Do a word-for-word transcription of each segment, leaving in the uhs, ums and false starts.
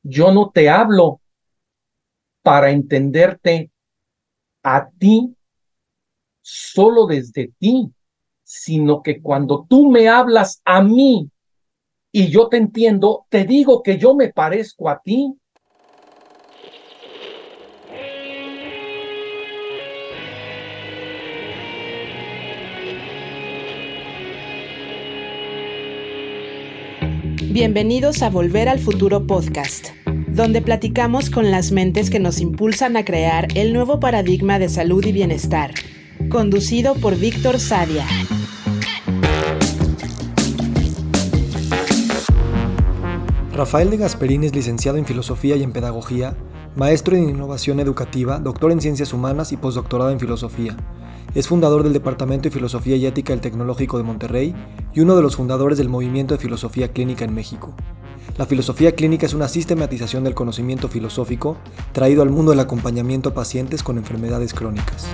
Yo no te hablo para entenderte a ti, solo desde ti, sino que cuando tú me hablas a mí y yo te entiendo, te digo que yo me parezco a ti. Bienvenidos a Volver al Futuro Podcast, donde platicamos con las mentes que nos impulsan a crear el nuevo paradigma de salud y bienestar, conducido por Víctor Sadia. Rafael de Gasperín es licenciado en Filosofía y en Pedagogía, maestro en Innovación Educativa, doctor en Ciencias Humanas y postdoctorado en Filosofía. Es fundador del Departamento de Filosofía y Ética del Tecnológico de Monterrey y uno de los fundadores del Movimiento de Filosofía Clínica en México. La filosofía clínica es una sistematización del conocimiento filosófico traído al mundo del acompañamiento a pacientes con enfermedades crónicas.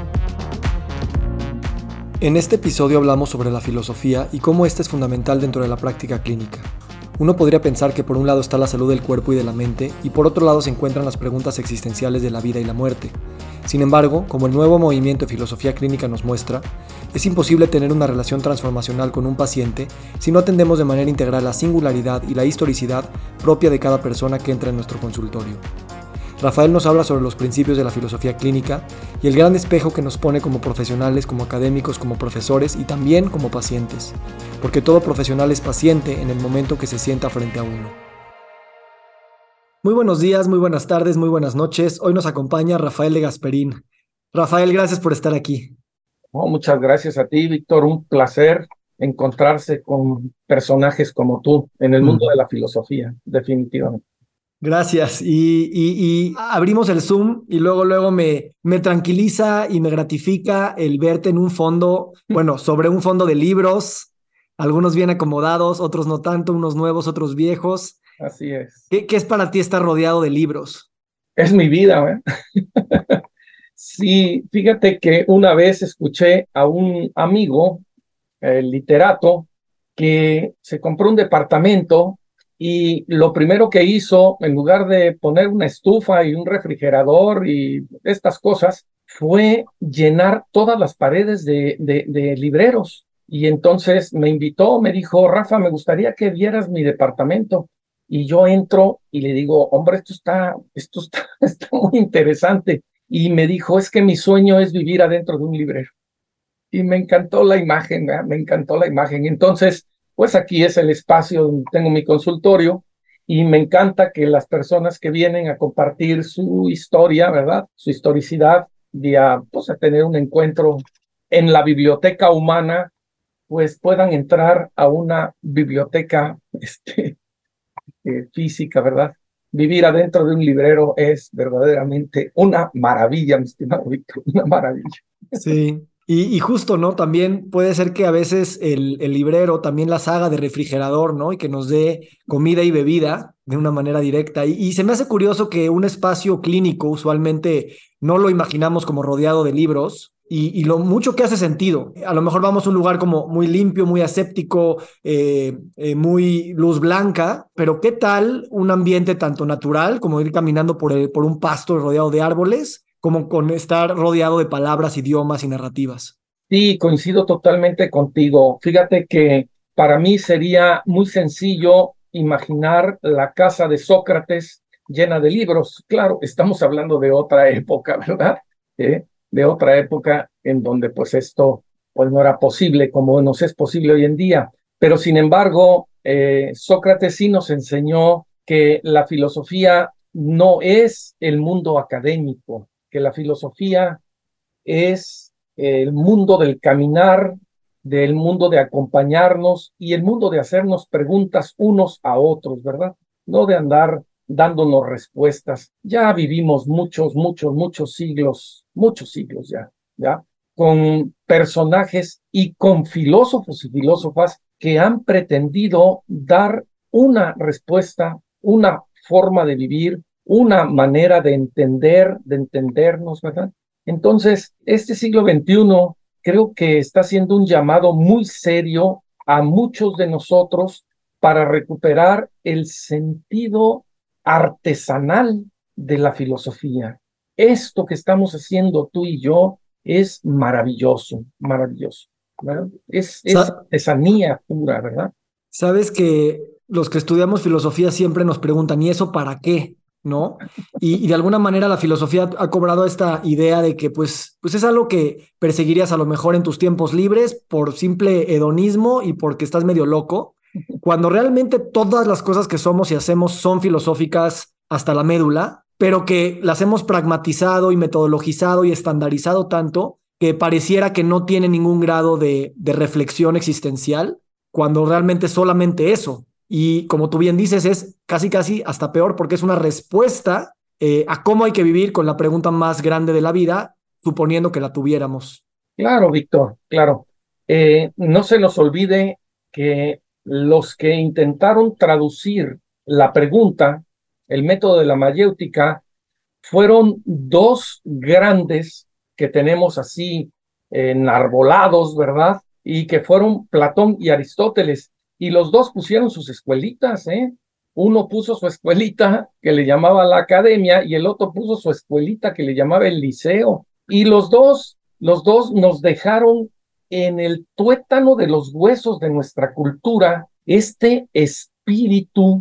En este episodio hablamos sobre la filosofía y cómo esta es fundamental dentro de la práctica clínica. Uno podría pensar que por un lado está la salud del cuerpo y de la mente y por otro lado se encuentran las preguntas existenciales de la vida y la muerte. Sin embargo, como el nuevo movimiento de filosofía clínica nos muestra, es imposible tener una relación transformacional con un paciente si no atendemos de manera integral la singularidad y la historicidad propia de cada persona que entra en nuestro consultorio. Rafael nos habla sobre los principios de la filosofía clínica y el gran espejo que nos pone como profesionales, como académicos, como profesores y también como pacientes, porque todo profesional es paciente en el momento que se sienta frente a uno. Muy buenos días, muy buenas tardes, muy buenas noches. Hoy nos acompaña Rafael de Gasperín. Rafael, gracias por estar aquí. Oh, muchas gracias a ti, Víctor. Un placer encontrarse con personajes como tú en el mundo Mm. de la filosofía, definitivamente. Gracias. Y, y, y abrimos el Zoom y luego, luego me, me tranquiliza y me gratifica el verte en un fondo, bueno, sobre un fondo de libros, algunos bien acomodados, otros no tanto, unos nuevos, otros viejos. Así es. ¿Qué, qué es para ti estar rodeado de libros? Es mi vida, ¿eh? Sí, fíjate que una vez escuché a un amigo, el literato, que se compró un departamento y lo primero que hizo, en lugar de poner una estufa y un refrigerador y estas cosas, fue llenar todas las paredes de, de, de libreros. Y entonces me invitó, me dijo, Rafa, me gustaría que vieras mi departamento. Y yo entro y le digo, hombre, esto está, esto está, está muy interesante. Y me dijo, es que mi sueño es vivir adentro de un librero. Y me encantó la imagen, ¿verdad? Me encantó la imagen. Entonces, pues aquí es el espacio donde tengo mi consultorio y me encanta que las personas que vienen a compartir su historia, ¿verdad? Su historicidad, y a, pues, a tener un encuentro en la biblioteca humana, pues puedan entrar a una biblioteca este, eh, física, ¿verdad? Vivir adentro de un librero es verdaderamente una maravilla, mi estimado Víctor, una maravilla. Sí. Y, y justo, ¿no? También puede ser que a veces el, el librero también las haga de refrigerador, ¿no? Y que nos dé comida y bebida de una manera directa. Y, y se me hace curioso que un espacio clínico usualmente no lo imaginamos como rodeado de libros. Y, y lo mucho que hace sentido. A lo mejor vamos a un lugar como muy limpio, muy aséptico, eh, eh, muy luz blanca, pero ¿qué tal un ambiente tanto natural como ir caminando por, el, por un pasto rodeado de árboles, como con estar rodeado de palabras, idiomas y narrativas? Sí, coincido totalmente contigo. Fíjate que para mí sería muy sencillo imaginar la casa de Sócrates llena de libros. Claro, estamos hablando de otra época, ¿verdad? ¿Eh? De otra época en donde pues esto pues no era posible como nos es posible hoy en día. Pero sin embargo, eh, Sócrates sí nos enseñó que la filosofía no es el mundo académico, que la filosofía es el mundo del caminar, del mundo de acompañarnos y el mundo de hacernos preguntas unos a otros, ¿verdad? No de andar dándonos respuestas. Ya vivimos muchos, muchos, muchos siglos, muchos siglos ya, ¿ya? Con personajes y con filósofos y filósofas que han pretendido dar una respuesta, una forma de vivir, una manera de entender, de entendernos, ¿verdad? Entonces, este siglo veintiuno creo que está haciendo un llamado muy serio a muchos de nosotros para recuperar el sentido artesanal de la filosofía. Esto que estamos haciendo tú y yo es maravilloso, maravilloso, ¿verdad? Es, es Sa- artesanía pura, ¿verdad? Sabes que los que estudiamos filosofía siempre nos preguntan, ¿y eso para qué? ¿No? Y, y de alguna manera la filosofía ha cobrado esta idea de que pues, pues es algo que perseguirías a lo mejor en tus tiempos libres por simple hedonismo y porque estás medio loco, cuando realmente todas las cosas que somos y hacemos son filosóficas hasta la médula, pero que las hemos pragmatizado y metodologizado y estandarizado tanto que pareciera que no tiene ningún grado de, de reflexión existencial cuando realmente es solamente eso. Y como tú bien dices, es casi, casi hasta peor porque es una respuesta eh, a cómo hay que vivir con la pregunta más grande de la vida, suponiendo que la tuviéramos. Claro, Víctor, claro. Eh, no se nos olvide que los que intentaron traducir la pregunta, el método de la mayéutica, fueron dos grandes que tenemos así eh, enarbolados, ¿verdad? Y que fueron Platón y Aristóteles. Y los dos pusieron sus escuelitas, ¿eh? Uno puso su escuelita que le llamaba la academia y el otro puso su escuelita que le llamaba el liceo. Y los dos, los dos nos dejaron en el tuétano de los huesos de nuestra cultura este espíritu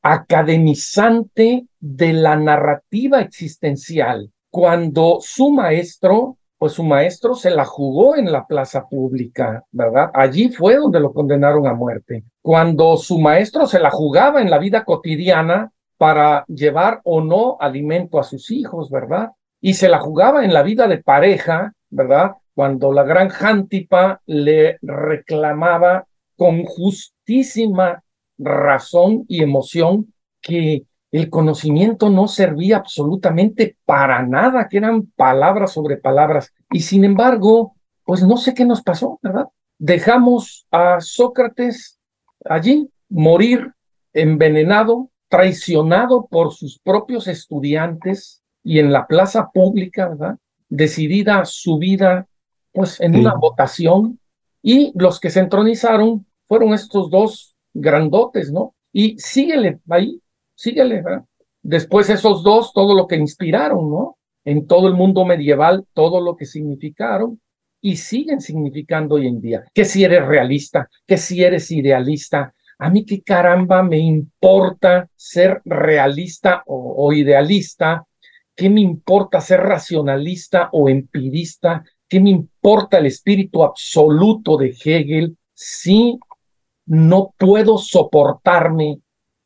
academizante de la narrativa existencial. Cuando su maestro, pues su maestro se la jugó en la plaza pública, ¿verdad? Allí fue donde lo condenaron a muerte. Cuando su maestro se la jugaba en la vida cotidiana para llevar o no alimento a sus hijos, ¿verdad? Y se la jugaba en la vida de pareja, ¿verdad? Cuando la gran Jántipa le reclamaba con justísima razón y emoción que el conocimiento no servía absolutamente para nada, que eran palabras sobre palabras. Y sin embargo, pues no sé qué nos pasó, ¿verdad? Dejamos a Sócrates allí morir envenenado, traicionado por sus propios estudiantes y en la plaza pública, ¿verdad? Decidida su vida, pues en una Sí. votación, y los que se entronizaron fueron estos dos grandotes, ¿no? Y síguele ahí, síguele, ¿verdad? Después esos dos, todo lo que inspiraron, ¿no? En todo el mundo medieval, todo lo que significaron y siguen significando hoy en día. Que si eres realista, que si eres idealista, a mí qué caramba me importa ser realista o, o idealista, qué me importa ser racionalista o empirista, qué me importa el espíritu absoluto de Hegel si no puedo soportarme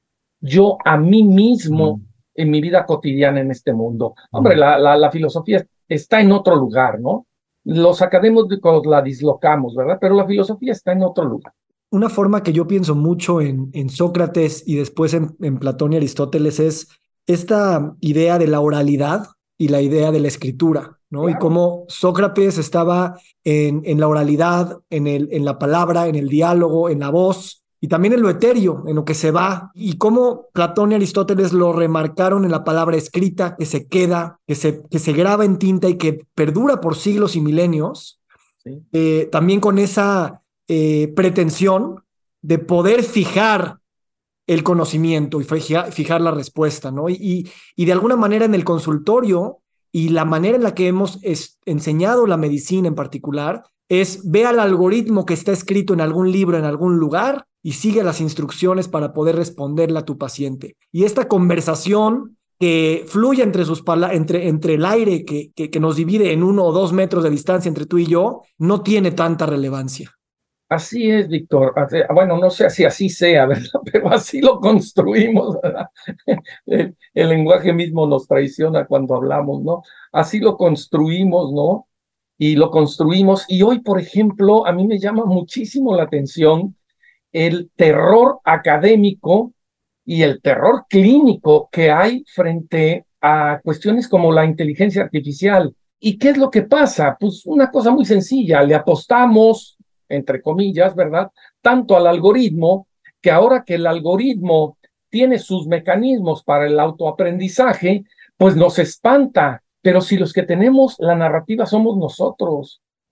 yo a mí mismo Mm. en mi vida cotidiana en este mundo. Hombre, la, la, la filosofía está en otro lugar, ¿no? Los académicos la dislocamos, ¿verdad? Pero la filosofía está en otro lugar. Una forma que yo pienso mucho en, en Sócrates y después en, en Platón y Aristóteles es esta idea de la oralidad y la idea de la escritura, ¿no? Y Claro. cómo Sócrates estaba en, en la oralidad, en, el, en la palabra, en el diálogo, en la voz y también en lo etéreo, en lo que se va, y cómo Platón y Aristóteles lo remarcaron en la palabra escrita, que se queda, que se, que se graba en tinta y que perdura por siglos y milenios, Sí. eh, también con esa eh, pretensión de poder fijar el conocimiento y fijar, fijar la respuesta, ¿no? Y, y, y de alguna manera en el consultorio y la manera en la que hemos es, enseñado la medicina en particular es ve al algoritmo que está escrito en algún libro, en algún lugar y sigue las instrucciones para poder responderle a tu paciente. Y esta conversación que fluye entre, sus pala entre, entre el aire que, que, que nos divide en uno o dos metros de distancia entre tú y yo, no tiene tanta relevancia. Así es, Víctor. Así- Bueno, no sé si así sea, ¿verdad? Pero así lo construimos, ¿verdad? El, el lenguaje mismo nos traiciona cuando hablamos, ¿no? Así lo construimos, ¿no? Y lo construimos. Y hoy, por ejemplo, a mí me llama muchísimo la atención el terror académico y el terror clínico que hay frente a cuestiones como la inteligencia artificial. ¿Y qué es lo que pasa? Pues una cosa muy sencilla, le apostamos, entre comillas, ¿verdad? Tanto al algoritmo, que ahora que el algoritmo tiene sus mecanismos para el autoaprendizaje, pues nos espanta. Pero si los que tenemos la narrativa somos nosotros,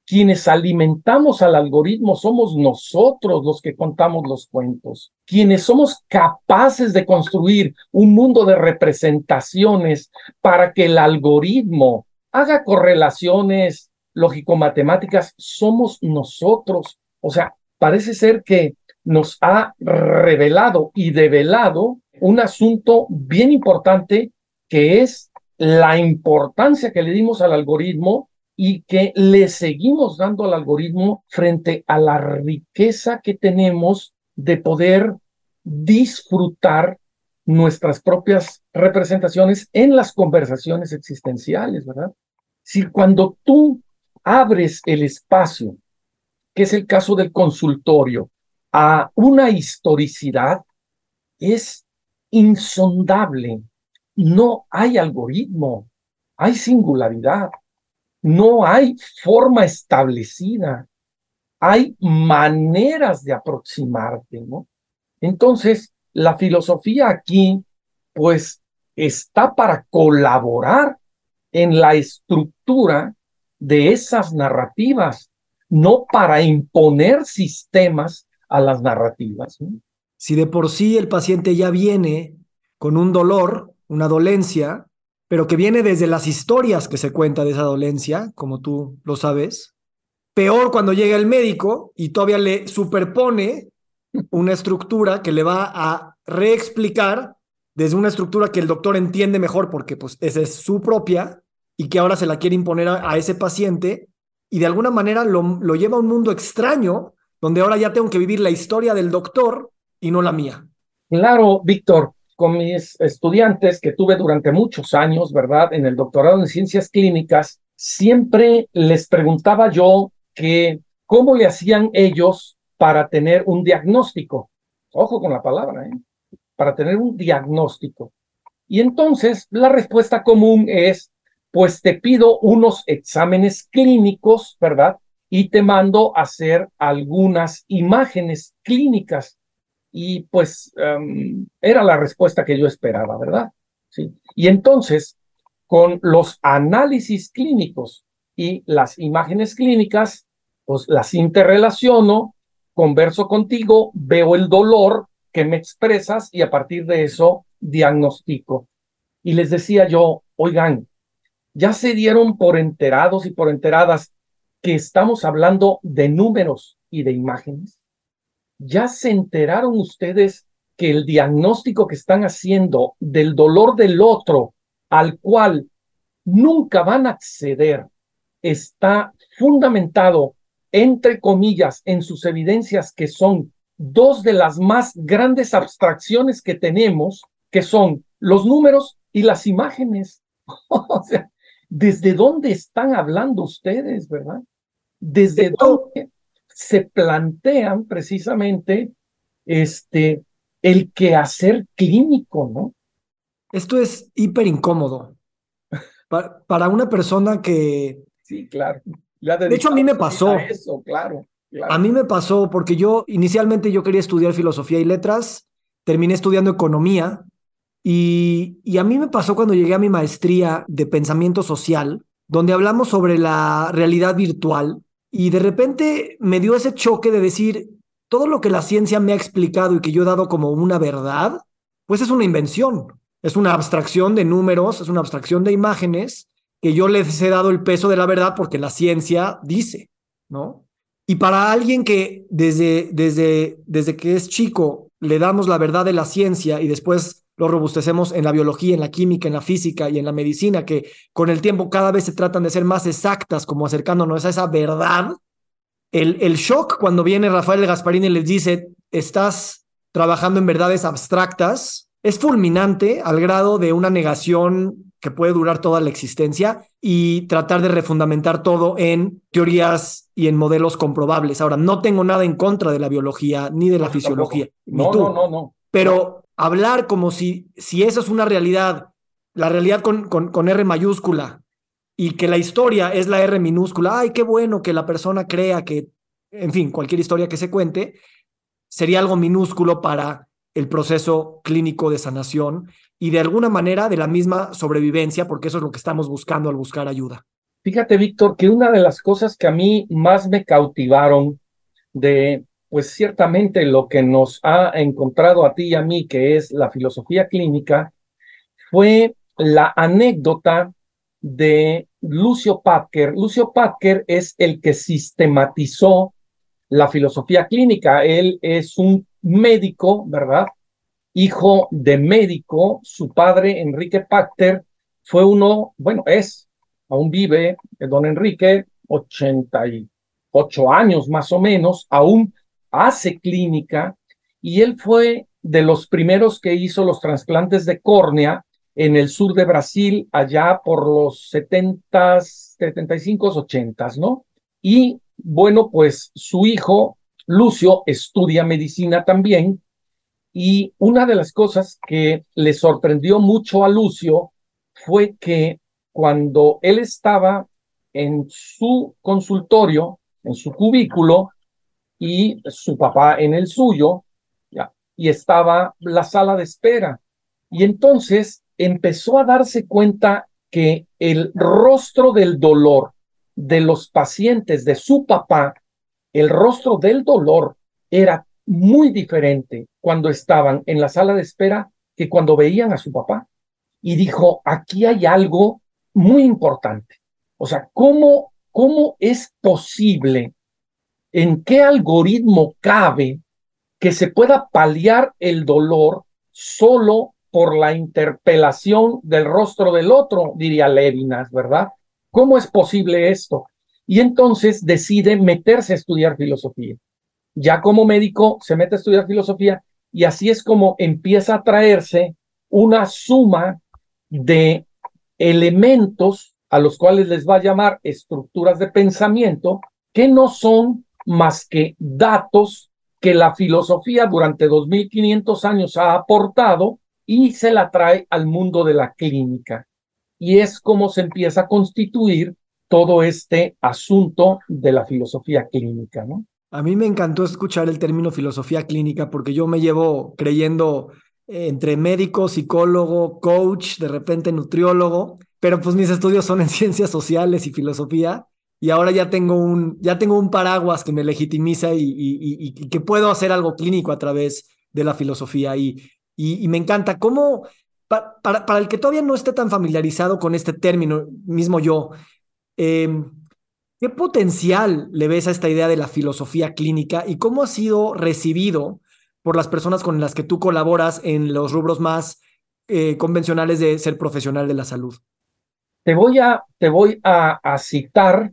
Quienes alimentamos al algoritmo somos nosotros los que contamos los cuentos. Quienes somos capaces de construir un mundo de representaciones para que el algoritmo haga correlaciones lógico-matemáticas, somos nosotros. O sea, parece ser que nos ha revelado y develado un asunto bien importante, que es la importancia que le dimos al algoritmo y que le seguimos dando al algoritmo frente a la riqueza que tenemos de poder disfrutar nuestras propias representaciones en las conversaciones existenciales, ¿verdad? Si cuando tú abres el espacio, que es el caso del consultorio, a una historicidad, es insondable. No hay algoritmo, hay singularidad. No hay forma establecida, hay maneras de aproximarte, ¿no? Entonces, la filosofía aquí, pues, está para colaborar en la estructura de esas narrativas, no para imponer sistemas a las narrativas, ¿no? Si de por sí el paciente ya viene con un dolor, una dolencia, pero que viene desde las historias que se cuenta de esa dolencia, como tú lo sabes, peor cuando llega el médico y todavía le superpone una estructura que le va a reexplicar desde una estructura que el doctor entiende mejor porque pues esa es su propia y que ahora se la quiere imponer a, a ese paciente y de alguna manera lo, lo lleva a un mundo extraño donde ahora ya tengo que vivir la historia del doctor y no la mía. Claro, Víctor, con mis estudiantes que tuve durante muchos años, ¿verdad? En el doctorado en ciencias clínicas, siempre les preguntaba yo que cómo le hacían ellos para tener un diagnóstico. Ojo con la palabra, ¿eh? Para tener un diagnóstico. Y entonces la respuesta común es, pues te pido unos exámenes clínicos, ¿verdad? Y te mando a hacer algunas imágenes clínicas. Y pues um, era la respuesta que yo esperaba, ¿verdad? Sí. Y entonces, con los análisis clínicos y las imágenes clínicas, pues las interrelaciono, converso contigo, veo el dolor que me expresas y a partir de eso diagnostico. Y les decía yo, oigan, ya se dieron por enterados y por enteradas que estamos hablando de números y de imágenes. ¿Ya se enteraron ustedes que el diagnóstico que están haciendo del dolor del otro, al cual nunca van a acceder, está fundamentado, entre comillas, en sus evidencias, que son dos de las más grandes abstracciones que tenemos, que son los números y las imágenes? O sea, ¿desde dónde están hablando ustedes, verdad? ¿Desde dónde se plantean precisamente este, el quehacer clínico, ¿no? Esto es hiper incómodo para, para una persona que... Sí, claro. De hecho, a mí me pasó. A eso, claro, claro. A mí me pasó porque yo, inicialmente yo quería estudiar filosofía y letras, terminé estudiando economía y, y a mí me pasó cuando llegué a mi maestría de pensamiento social, donde hablamos sobre la realidad virtual. Y de repente me dio ese choque de decir, todo lo que la ciencia me ha explicado y que yo he dado como una verdad, pues es una invención, es una abstracción de números, es una abstracción de imágenes que yo les he dado el peso de la verdad porque la ciencia dice, ¿no? Y para alguien que desde, desde, desde que es chico le damos la verdad de la ciencia y después lo robustecemos en la biología, en la química, en la física y en la medicina, que con el tiempo cada vez se tratan de ser más exactas, como acercándonos a esa verdad. El, el shock cuando viene Rafael Gasparini y les dice, estás trabajando en verdades abstractas, es fulminante al grado de una negación que puede durar toda la existencia y tratar de refundamentar todo en teorías y en modelos comprobables. Ahora, no tengo nada en contra de la biología ni de la fisiología. No, ni tú. no, no, no. Pero hablar como si, si eso es una realidad, la realidad con, con, con R mayúscula, y que la historia es la R minúscula, ay, qué bueno que la persona crea que, en fin, cualquier historia que se cuente, sería algo minúsculo para el proceso clínico de sanación y de alguna manera de la misma sobrevivencia, porque eso es lo que estamos buscando al buscar ayuda. Fíjate, Víctor, que una de las cosas que a mí más me cautivaron de, pues ciertamente lo que nos ha encontrado a ti y a mí, que es la filosofía clínica, fue la anécdota de Lucio Packer. Lucio Packer es el que sistematizó la filosofía clínica. Él es un médico, ¿verdad? Hijo de médico. Su padre, Enrique Packer, fue uno, bueno, es, aún vive, el don Enrique, ochenta y ocho años más o menos, aún hace clínica, y él fue de los primeros que hizo los trasplantes de córnea en el sur de Brasil, allá por los setentas, setenta y cinco, ochentas, ¿no? Y bueno, pues su hijo, Lucio, estudia medicina también, y una de las cosas que le sorprendió mucho a Lucio fue que cuando él estaba en su consultorio, en su cubículo, y su papá en el suyo, ya, y estaba la sala de espera. Y entonces empezó a darse cuenta que el rostro del dolor de los pacientes de su papá, el rostro del dolor era muy diferente cuando estaban en la sala de espera que cuando veían a su papá. Y dijo, aquí hay algo muy importante. O sea, ¿cómo, cómo es posible? ¿En qué algoritmo cabe que se pueda paliar el dolor solo por la interpelación del rostro del otro? Diría Lévinas, ¿verdad? ¿Cómo es posible esto? Y entonces decide meterse a estudiar filosofía. Ya como médico se mete a estudiar filosofía y así es como empieza a traerse una suma de elementos a los cuales les va a llamar estructuras de pensamiento, que no son más que datos que la filosofía durante dos mil quinientos años ha aportado y se la trae al mundo de la clínica. Y es como se empieza a constituir todo este asunto de la filosofía clínica, ¿no? A mí me encantó escuchar el término filosofía clínica porque yo me llevo creyendo eh, entre médico, psicólogo, coach, de repente nutriólogo, pero pues mis estudios son en ciencias sociales y filosofía y ahora ya tengo un, ya tengo un paraguas que me legitimiza y, y, y, y que puedo hacer algo clínico a través de la filosofía y, y, y me encanta cómo, pa, para, para el que todavía no esté tan familiarizado con este término, mismo yo, eh, ¿qué potencial le ves a esta idea de la filosofía clínica y cómo ha sido recibido por las personas con las que tú colaboras en los rubros más eh, convencionales de ser profesional de la salud? Te voy a, te voy a, a citar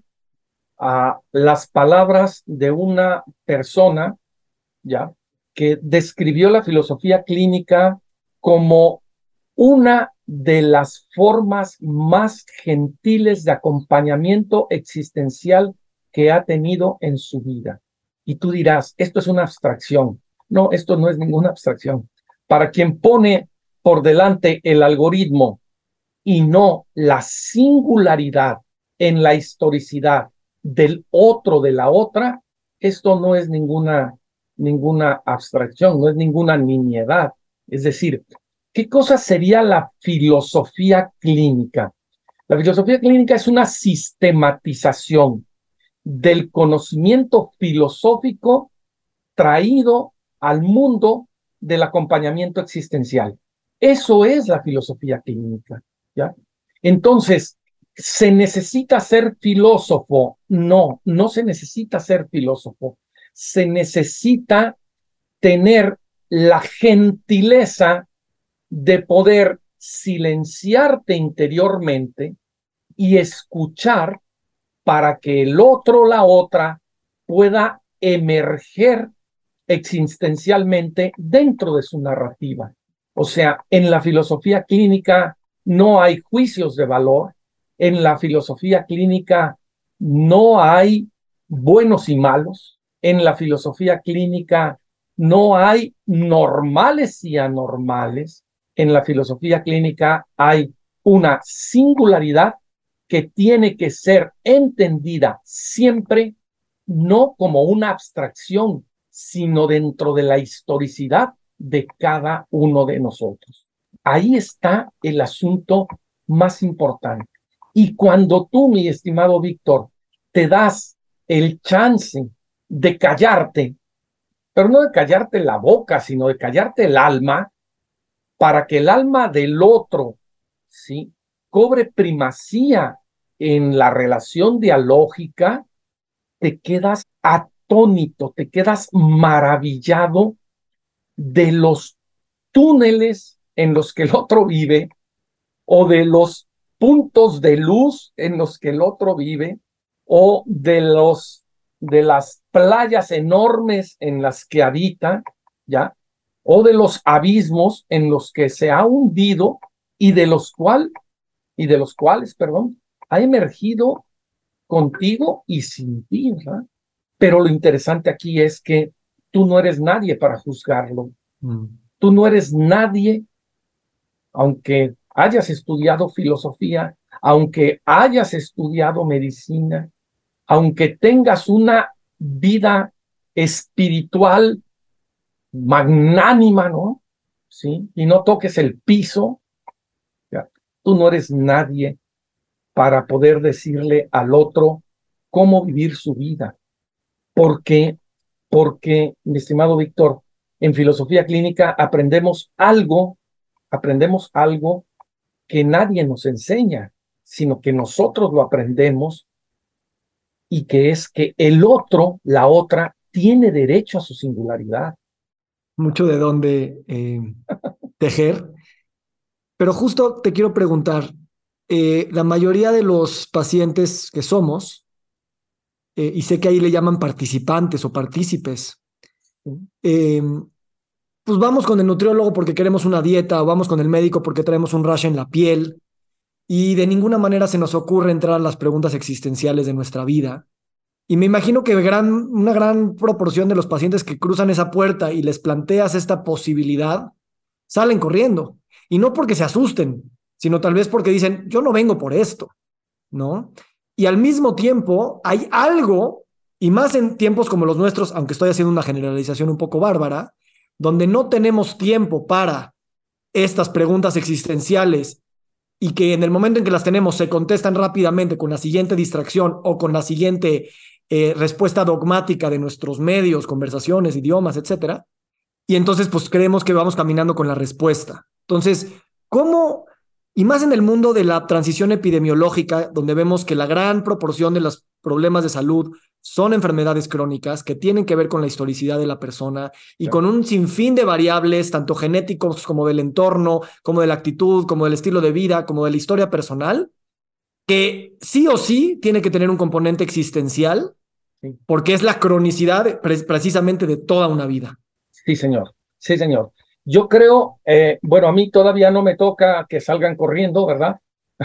a las palabras de una persona, ya, que describió la filosofía clínica como una de las formas más gentiles de acompañamiento existencial que ha tenido en su vida. Y tú dirás, esto es una abstracción. No, esto no es ninguna abstracción. Para quien pone por delante el algoritmo y no la singularidad en la historicidad del otro, de la otra, esto no es ninguna, ninguna abstracción, no es ninguna nimiedad. Es decir, ¿qué cosa sería la filosofía clínica? La filosofía clínica es una sistematización del conocimiento filosófico traído al mundo del acompañamiento existencial. Eso es la filosofía clínica, ¿ya? Entonces, ¿se necesita ser filósofo? No, no se necesita ser filósofo. Se necesita tener la gentileza de poder silenciarte interiormente y escuchar para que el otro o la otra pueda emerger existencialmente dentro de su narrativa. O sea, en la filosofía clínica no hay juicios de valor, en la filosofía clínica no hay buenos y malos, en la filosofía clínica no hay normales y anormales, en la filosofía clínica hay una singularidad que tiene que ser entendida siempre no como una abstracción, sino dentro de la historicidad de cada uno de nosotros. Ahí está el asunto más importante. Y cuando tú, mi estimado Víctor, te das el chance de callarte, pero no de callarte la boca, sino de callarte el alma, para que el alma del otro, ¿sí?, cobre primacía en la relación dialógica, te quedas atónito, te quedas maravillado de los túneles en los que el otro vive o de los puntos de luz en los que el otro vive o de los de las playas enormes en las que habita, ¿ya? O de los abismos en los que se ha hundido y de los cual y de los cuales, perdón, ha emergido contigo y sin ti, ¿verdad? Pero lo interesante aquí es que tú no eres nadie para juzgarlo. Mm. Tú no eres nadie, aunque hayas estudiado filosofía, aunque hayas estudiado medicina, aunque tengas una vida espiritual magnánima, ¿no? ¿Sí? Y no toques el piso, ¿ya? Tú no eres nadie para poder decirle al otro cómo vivir su vida. Porque, porque, mi estimado Víctor, en filosofía clínica aprendemos algo, aprendemos algo que nadie nos enseña, sino que nosotros lo aprendemos, y que es que el otro, la otra, tiene derecho a su singularidad. Mucho de dónde eh, tejer. Pero justo te quiero preguntar, eh, la mayoría de los pacientes que somos, eh, y sé que ahí le llaman participantes o partícipes, eh, pues vamos con el nutriólogo porque queremos una dieta, o vamos con el médico porque traemos un rash en la piel, y de ninguna manera se nos ocurre entrar a las preguntas existenciales de nuestra vida. Y me imagino que gran, una gran proporción de los pacientes que cruzan esa puerta y les planteas esta posibilidad, salen corriendo. Y no porque se asusten, sino tal vez porque dicen, yo no vengo por esto, ¿no? Y al mismo tiempo hay algo, y más en tiempos como los nuestros, aunque estoy haciendo una generalización un poco bárbara, donde no tenemos tiempo para estas preguntas existenciales, y que en el momento en que las tenemos se contestan rápidamente con la siguiente distracción o con la siguiente eh, respuesta dogmática de nuestros medios, conversaciones, idiomas, etcétera. Y entonces pues creemos que vamos caminando con la respuesta. Entonces, ¿cómo? Y más en el mundo de la transición epidemiológica, donde vemos que la gran proporción de los problemas de salud son enfermedades crónicas que tienen que ver con la historicidad de la persona y sí, con un sinfín de variables, tanto genéticos como del entorno, como de la actitud, como del estilo de vida, como de la historia personal, que sí o sí tiene que tener un componente existencial, sí, porque es la cronicidad pre- precisamente de toda una vida. Sí, señor. Sí, señor. Yo creo, eh, bueno, a mí todavía no me toca que salgan corriendo, ¿verdad?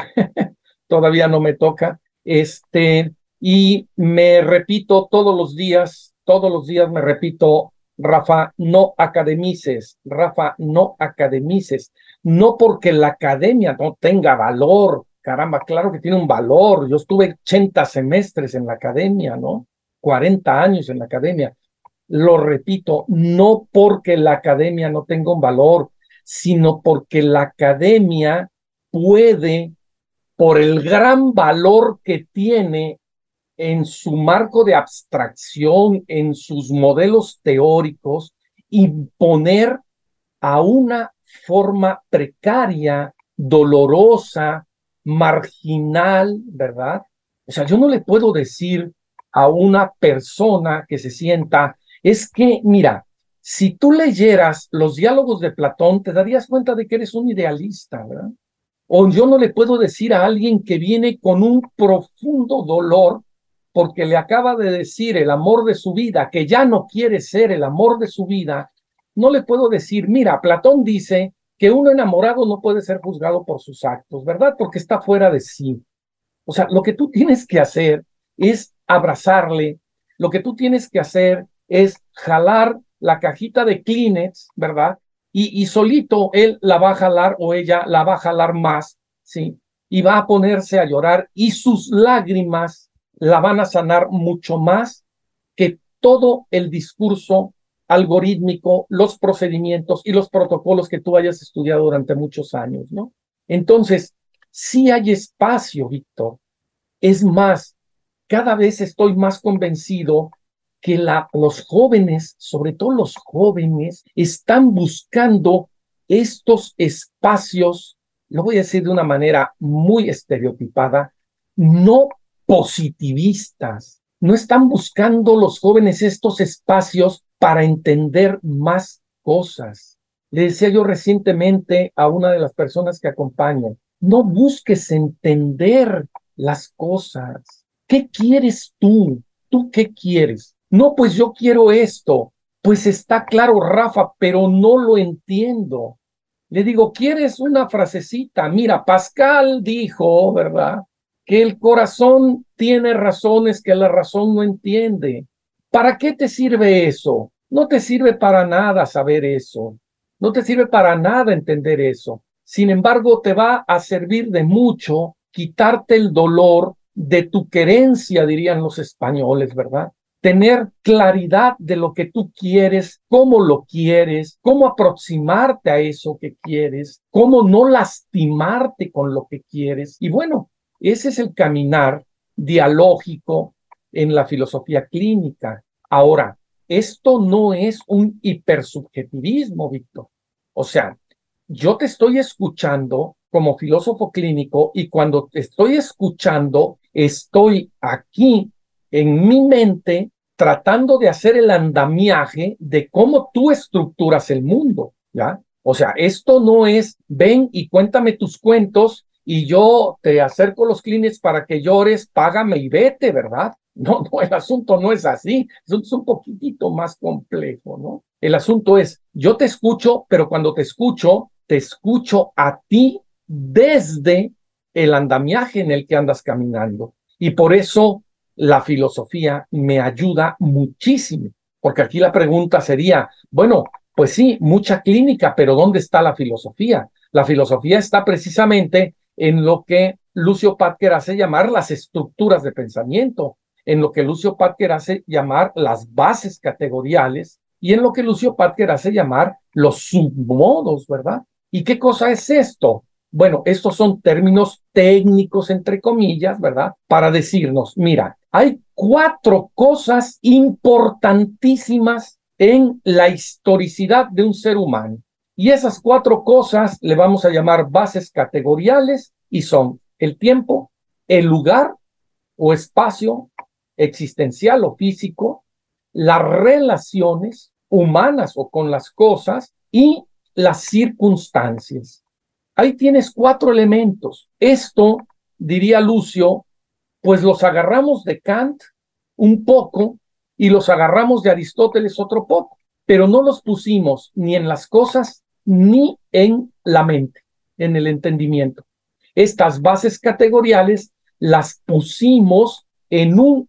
Todavía no me toca. Este, y me repito todos los días, todos los días me repito, Rafa, no academices, Rafa, no academices. No porque la academia no tenga valor, caramba, claro que tiene un valor. Yo estuve ochenta semestres en la academia, ¿no? cuarenta años en la academia. Lo repito, no porque la academia no tenga un valor, sino porque la academia puede, por el gran valor que tiene en su marco de abstracción, en sus modelos teóricos, imponer a una forma precaria, dolorosa, marginal, ¿verdad? O sea, yo no le puedo decir a una persona que se sienta, es que, mira, si tú leyeras los diálogos de Platón, te darías cuenta de que eres un idealista, ¿verdad? O yo no le puedo decir a alguien que viene con un profundo dolor porque le acaba de decir el amor de su vida, que ya no quiere ser el amor de su vida, no le puedo decir, mira, Platón dice que uno enamorado no puede ser juzgado por sus actos, ¿verdad? Porque está fuera de sí. O sea, lo que tú tienes que hacer es abrazarle, lo que tú tienes que hacer es jalar la cajita de Kleenex, ¿verdad? Y, y solito él la va a jalar o ella la va a jalar más, ¿sí? Y va a ponerse a llorar y sus lágrimas la van a sanar mucho más que todo el discurso algorítmico, los procedimientos y los protocolos que tú hayas estudiado durante muchos años, ¿no? Entonces, Sí hay espacio, Víctor. Es más, cada vez estoy más convencido que la, los jóvenes, sobre todo los jóvenes, están buscando estos espacios, lo voy a decir de una manera muy estereotipada, no positivistas. No están buscando los jóvenes estos espacios para entender más cosas. Le decía yo recientemente a una de las personas que acompaño, no busques entender las cosas. ¿Qué quieres tú? ¿Tú qué quieres? No, pues yo quiero esto. Pues está claro, Rafa, pero no lo entiendo. Le digo, ¿quieres una frasecita? Mira, Pascal dijo, ¿verdad?, que el corazón tiene razones que la razón no entiende. ¿Para qué te sirve eso? No te sirve para nada saber eso. No te sirve para nada entender eso. Sin embargo, te va a servir de mucho quitarte el dolor de tu querencia, dirían los españoles, ¿verdad? Tener claridad de lo que tú quieres, cómo lo quieres, cómo aproximarte a eso que quieres, cómo no lastimarte con lo que quieres. Y bueno, ese es el caminar dialógico en la filosofía clínica. Ahora, esto no es un hipersubjetivismo, Víctor. O sea, yo te estoy escuchando como filósofo clínico y cuando te estoy escuchando, estoy aquí en mi mente tratando de hacer el andamiaje de cómo tú estructuras el mundo, ¿ya? O sea, esto no es ven y cuéntame tus cuentos y yo te acerco los clinics para que llores, págame y vete, ¿verdad? No, no, el asunto no es así, es un poquitito más complejo, ¿no? El asunto es, yo te escucho, pero cuando te escucho, te escucho a ti desde el andamiaje en el que andas caminando. Y por eso la filosofía me ayuda muchísimo, porque aquí la pregunta sería, bueno, pues sí, mucha clínica, pero ¿dónde está la filosofía? La filosofía está precisamente en lo que Lucio Pátker hace llamar las estructuras de pensamiento, en lo que Lucio Pátker hace llamar las bases categoriales y en lo que Lucio Pátker hace llamar los submodos, ¿verdad? ¿Y qué cosa es esto? Bueno, estos son términos técnicos, entre comillas, ¿verdad? Para decirnos, mira, hay cuatro cosas importantísimas en la historicidad de un ser humano. Y esas cuatro cosas le vamos a llamar bases categoriales y son el tiempo, el lugar o espacio existencial o físico, las relaciones humanas o con las cosas y las circunstancias. Ahí tienes cuatro elementos. Esto, diría Lucio, pues los agarramos de Kant un poco y los agarramos de Aristóteles otro poco, pero no los pusimos ni en las cosas ni en la mente, en el entendimiento. Estas bases categoriales las pusimos en un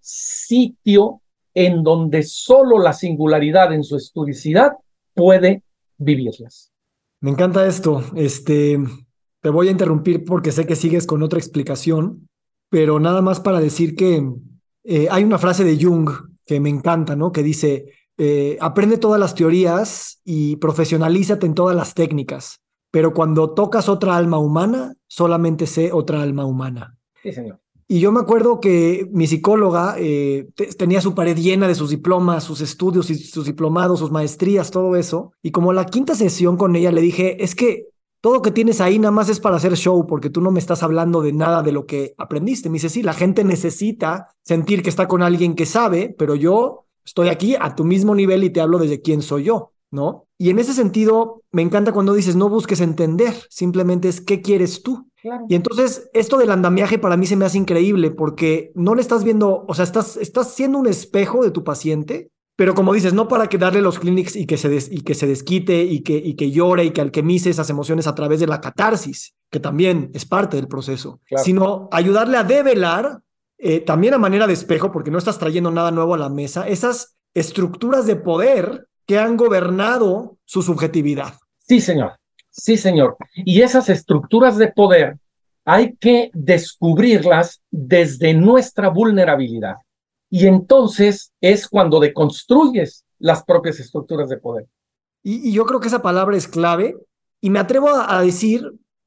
sitio en donde solo la singularidad en su historicidad puede vivirlas. Me encanta esto. Este, te voy a interrumpir porque sé que sigues con otra explicación, pero nada más para decir que eh, hay una frase de Jung que me encanta, ¿no? Que dice, eh, aprende todas las teorías y profesionalízate en todas las técnicas, pero cuando tocas otra alma humana, solamente sé otra alma humana. Sí, señor. Y yo me acuerdo que mi psicóloga eh, te, tenía su pared llena de sus diplomas, sus estudios y sus diplomados, sus maestrías, todo eso. Y como la quinta sesión con ella le dije, es que todo que tienes ahí nada más es para hacer show, porque tú no me estás hablando de nada de lo que aprendiste. Me dice, sí, la gente necesita sentir que está con alguien que sabe, pero yo estoy aquí a tu mismo nivel y te hablo desde quién soy yo, ¿no? Y en ese sentido, me encanta cuando dices, no busques entender, simplemente es qué quieres tú. Claro. Y entonces esto del andamiaje para mí se me hace increíble porque no le estás viendo, o sea, estás, estás siendo un espejo de tu paciente, pero como dices, no para que darle los clinics y que se, des, y que se desquite y que, y que llore y que alquemice esas emociones a través de la catarsis, que también es parte del proceso, Claro. Sino ayudarle a develar, eh, también a manera de espejo, porque no estás trayendo nada nuevo a la mesa, esas estructuras de poder que han gobernado su subjetividad. Sí, señor. Sí, señor. Y esas estructuras de poder hay que descubrirlas desde nuestra vulnerabilidad. Y entonces es cuando deconstruyes las propias estructuras de poder. Y, y yo creo que esa palabra es clave. Y me atrevo a, a decir,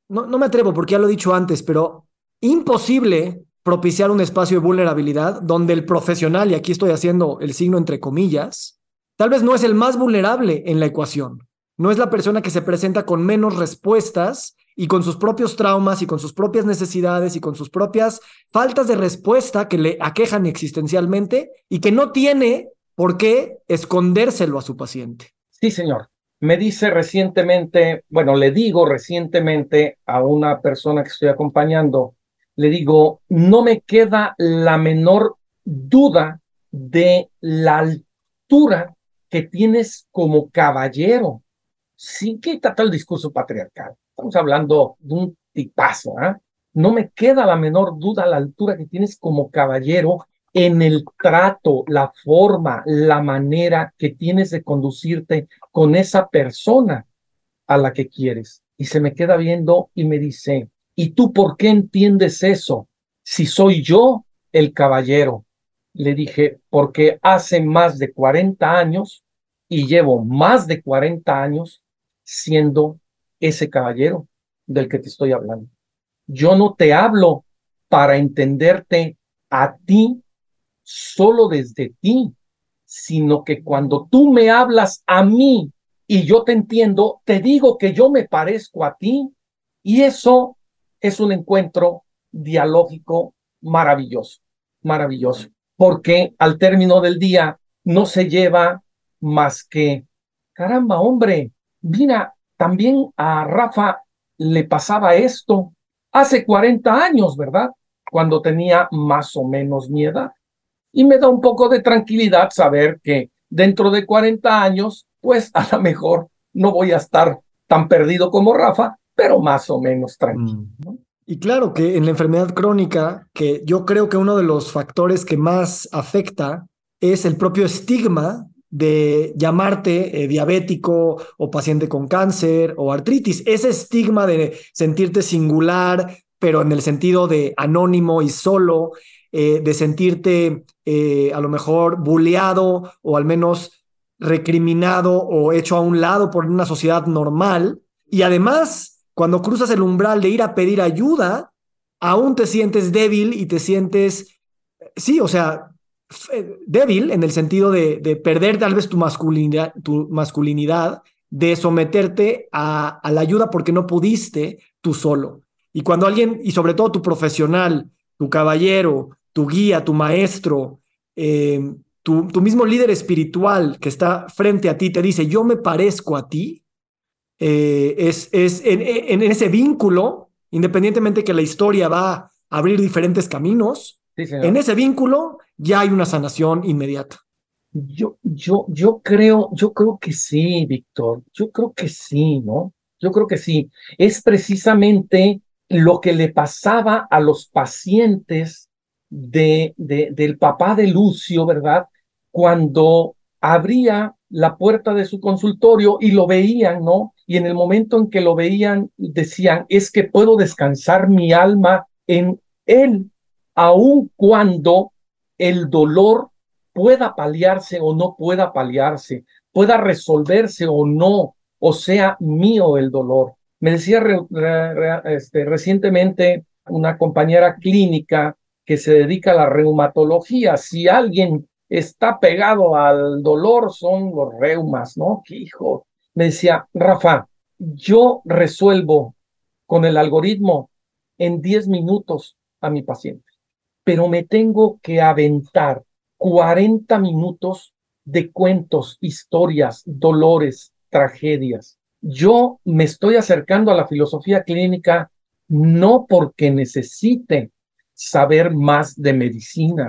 no, no me atrevo porque ya lo he dicho antes, pero imposible propiciar un espacio de vulnerabilidad donde el profesional, y aquí estoy haciendo el signo entre comillas, tal vez no es el más vulnerable en la ecuación. No es la persona que se presenta con menos respuestas y con sus propios traumas y con sus propias necesidades y con sus propias faltas de respuesta que le aquejan existencialmente y que no tiene por qué escondérselo a su paciente. Sí, señor. Me dice recientemente, bueno, le digo recientemente a una persona que estoy acompañando, le digo, no me queda la menor duda de la altura que tienes como caballero. Sí, quítate el discurso patriarcal. Estamos hablando de un tipazo, ¿eh? No me queda la menor duda la altura que tienes como caballero en el trato, la forma, la manera que tienes de conducirte con esa persona a la que quieres. Y se me queda viendo y me dice, ¿y tú por qué entiendes eso? Si soy yo el caballero. Le dije, porque hace más de cuarenta años y llevo más de cuarenta años siendo ese caballero del que te estoy hablando. Yo no te hablo para entenderte a ti solo desde ti, sino que cuando tú me hablas a mí y yo te entiendo, te digo que yo me parezco a ti y eso es un encuentro dialógico maravilloso, maravilloso, porque al término del día no se lleva más que, caramba, hombre, mira, también a Rafa le pasaba esto hace cuarenta años, ¿verdad? Cuando tenía más o menos mi edad. Y me da un poco de tranquilidad saber que dentro de cuarenta años, pues a lo mejor no voy a estar tan perdido como Rafa, pero más o menos tranquilo, ¿no? Y claro que en la enfermedad crónica, que yo creo que uno de los factores que más afecta es el propio estigma de llamarte eh, diabético o paciente con cáncer o artritis. Ese estigma de sentirte singular, pero en el sentido de anónimo y solo, eh, de sentirte eh, a lo mejor bulleado o al menos recriminado o hecho a un lado por una sociedad normal. Y además, cuando cruzas el umbral de ir a pedir ayuda, aún te sientes débil y te sientes, sí, o sea, débil en el sentido de, de perder tal vez tu masculinidad, tu masculinidad, de someterte a, a la ayuda porque no pudiste tú solo. Y cuando alguien, y sobre todo tu profesional, tu caballero, tu guía, tu maestro, eh, tu, tu mismo líder espiritual que está frente a ti, te dice, yo me parezco a ti, eh, es, es en, en ese vínculo, independientemente que la historia va a abrir diferentes caminos, Sí, señor. en ese vínculo ya hay una sanación inmediata. Yo, yo, yo creo, yo creo que sí, Víctor. Yo creo que sí, ¿no? Yo creo que sí. Es precisamente lo que le pasaba a los pacientes de, de, del papá de Lucio, ¿verdad? Cuando abría la puerta de su consultorio y lo veían, ¿no? Y en el momento en que lo veían, decían, es que puedo descansar mi alma en él, aun cuando el dolor pueda paliarse o no pueda paliarse, pueda resolverse o no, o sea mío el dolor. Me decía re, re, re, este, recientemente una compañera clínica que se dedica a la reumatología, si alguien está pegado al dolor son los reumas, ¿no? ¡Qué hijo! Me decía, Rafa, yo resuelvo con el algoritmo en diez minutos a mi paciente, pero me tengo que aventar cuarenta minutos de cuentos, historias, dolores, tragedias. Yo me estoy acercando a la filosofía clínica no porque necesite saber más de medicina.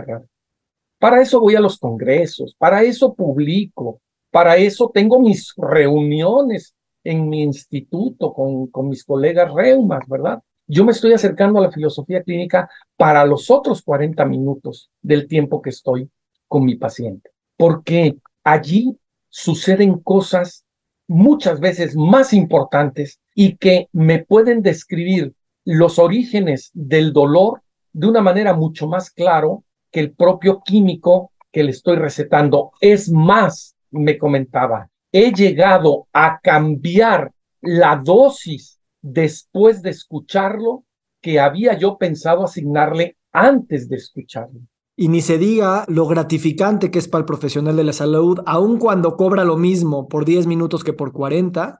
Para eso voy a los congresos, para eso publico, para eso tengo mis reuniones en mi instituto con, con mis colegas reumas, ¿verdad? Yo me estoy acercando a la filosofía clínica para los otros cuarenta minutos del tiempo que estoy con mi paciente, porque allí suceden cosas muchas veces más importantes y que me pueden describir los orígenes del dolor de una manera mucho más claro que el propio químico que le estoy recetando. Es más, me comentaba, he llegado a cambiar la dosis después de escucharlo que había yo pensado asignarle antes de escucharlo. Y ni se diga lo gratificante que es para el profesional de la salud, aun cuando cobra lo mismo por diez minutos que por cuarenta,